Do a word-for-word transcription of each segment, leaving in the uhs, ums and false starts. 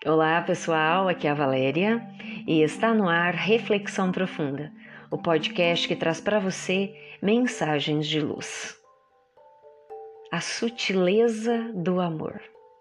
Olá pessoal, aqui é a Valéria e está no ar Reflexão Profunda, o podcast que traz para você mensagens de luz. A sutileza do amor.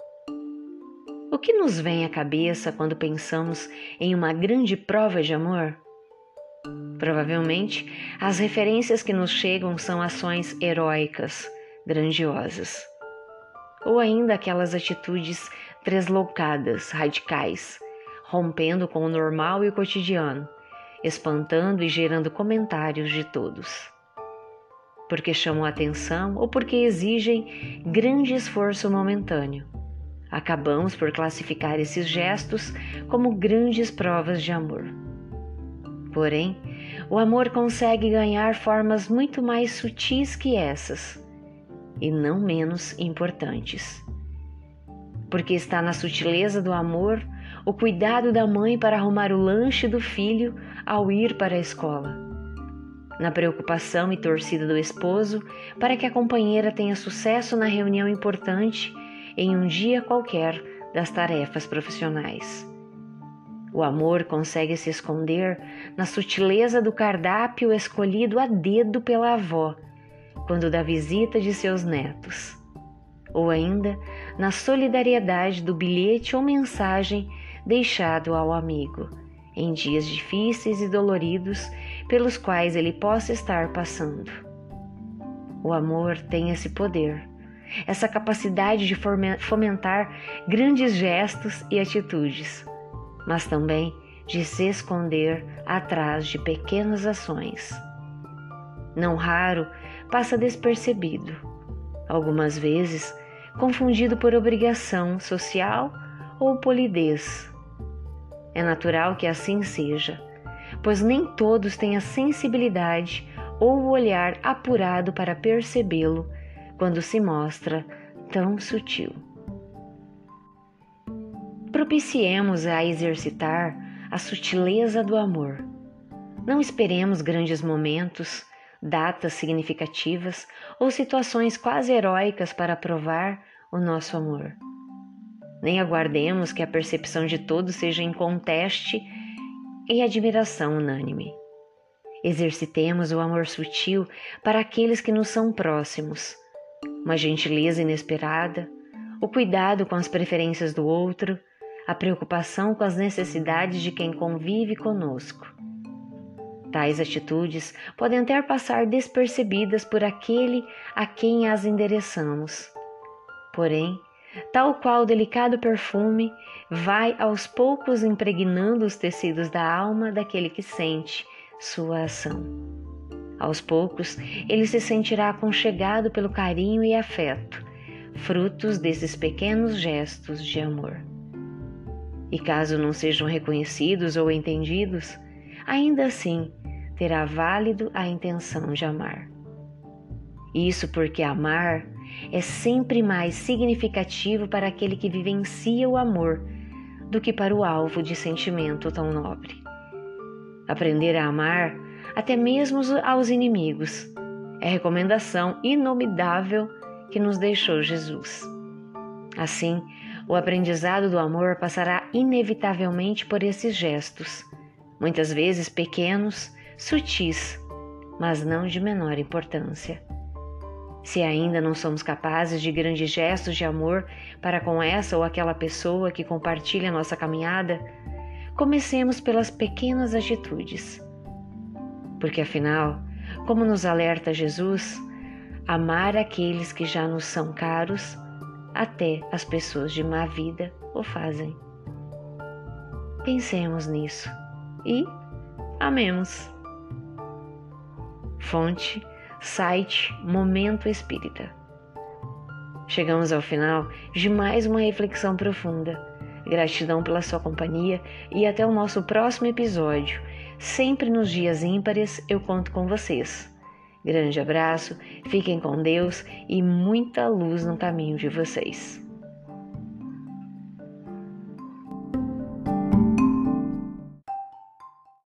O que nos vem à cabeça quando pensamos em uma grande prova de amor? Provavelmente, as referências que nos chegam são ações heróicas, grandiosas. Ou ainda aquelas atitudes tresloucadas, radicais, rompendo com o normal e o cotidiano, espantando e gerando comentários de todos. Porque chamam a atenção ou porque exigem grande esforço momentâneo. Acabamos por classificar esses gestos como grandes provas de amor. Porém, o amor consegue ganhar formas muito mais sutis que essas, e não menos importantes. Porque está na sutileza do amor o cuidado da mãe para arrumar o lanche do filho ao ir para a escola. Na preocupação e torcida do esposo para que a companheira tenha sucesso na reunião importante em um dia qualquer das tarefas profissionais. O amor consegue se esconder na sutileza do cardápio escolhido a dedo pela avó, quando dá visita de seus netos, ou ainda na solidariedade do bilhete ou mensagem deixado ao amigo, em dias difíceis e doloridos pelos quais ele possa estar passando. O amor tem esse poder, essa capacidade de fomentar grandes gestos e atitudes, mas também de se esconder atrás de pequenas ações. Não raro, passa despercebido, algumas vezes confundido por obrigação social ou polidez. É natural que assim seja, pois nem todos têm a sensibilidade ou o olhar apurado para percebê-lo quando se mostra tão sutil. Propiciemos a exercitar a sutileza do amor. Não esperemos grandes momentos, datas significativas ou situações quase heróicas para provar o nosso amor. Nem aguardemos que a percepção de todos seja inconteste e admiração unânime. Exercitemos o amor sutil para aqueles que nos são próximos, uma gentileza inesperada, o cuidado com as preferências do outro, a preocupação com as necessidades de quem convive conosco. Tais atitudes podem até passar despercebidas por aquele a quem as endereçamos. Porém, tal qual o delicado perfume, vai aos poucos impregnando os tecidos da alma daquele que sente sua ação. Aos poucos, ele se sentirá aconchegado pelo carinho e afeto, frutos desses pequenos gestos de amor. E caso não sejam reconhecidos ou entendidos, ainda assim, terá válido a intenção de amar. Isso porque amar é sempre mais significativo para aquele que vivencia o amor do que para o alvo de sentimento tão nobre. Aprender a amar, até mesmo aos inimigos, é recomendação inovidável que nos deixou Jesus. Assim, o aprendizado do amor passará inevitavelmente por esses gestos, muitas vezes pequenos, sutis, mas não de menor importância. Se ainda não somos capazes de grandes gestos de amor para com essa ou aquela pessoa que compartilha nossa caminhada, comecemos pelas pequenas atitudes. Porque afinal, como nos alerta Jesus, amar aqueles que já nos são caros, até as pessoas de má vida o fazem. Pensemos nisso e amemos. Fonte, site Momento Espírita. Chegamos ao final de mais uma reflexão profunda. Gratidão pela sua companhia e até o nosso próximo episódio. Sempre nos dias ímpares eu conto com vocês. Grande abraço, fiquem com Deus e muita luz no caminho de vocês.